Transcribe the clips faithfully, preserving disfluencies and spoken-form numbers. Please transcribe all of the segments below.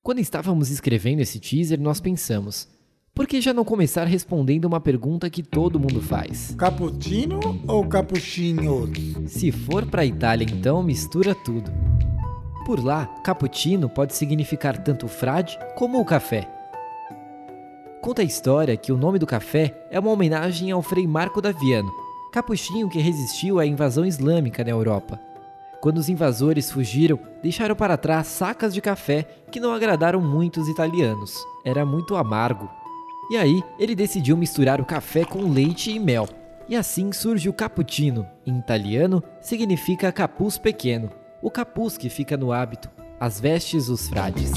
Quando estávamos escrevendo esse teaser, nós pensamos: por que já não começar respondendo uma pergunta que todo mundo faz? Cappuccino ou cappuccinhos? Se for para a Itália, então mistura tudo. Por lá, cappuccino pode significar tanto o frade como o café. Conta a história que o nome do café é uma homenagem ao Frei Marco da Viano, capuchinho que resistiu à invasão islâmica na Europa. Quando os invasores fugiram, deixaram para trás sacas de café que não agradaram muito os italianos. Era muito amargo. E aí, ele decidiu misturar o café com leite e mel. E assim surge o cappuccino. Em italiano, significa capuz pequeno. O capuz que fica no hábito, as vestes dos frades.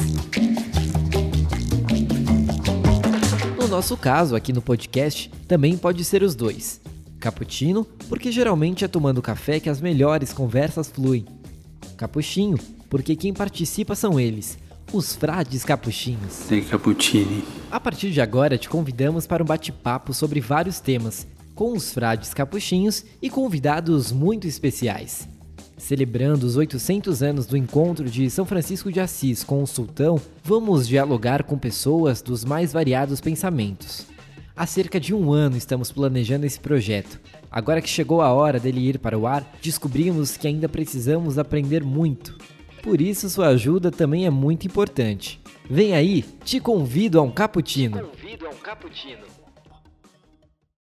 No nosso caso, aqui no podcast, também pode ser os dois. Cappuccino, porque geralmente é tomando café que as melhores conversas fluem. Cappuccino, porque quem participa são eles, os frades capuchinhos. Tem cappuccini. A partir de agora, te convidamos para um bate-papo sobre vários temas, com os frades capuchinhos e convidados muito especiais. Celebrando os oitocentos anos do encontro de São Francisco de Assis com o sultão, vamos dialogar com pessoas dos mais variados pensamentos. Há cerca de um ano estamos planejando esse projeto. Agora que chegou a hora dele ir para o ar, descobrimos que ainda precisamos aprender muito. Por isso, sua ajuda também é muito importante. Vem aí, te convido a um cappuccino. Convido a um cappuccino.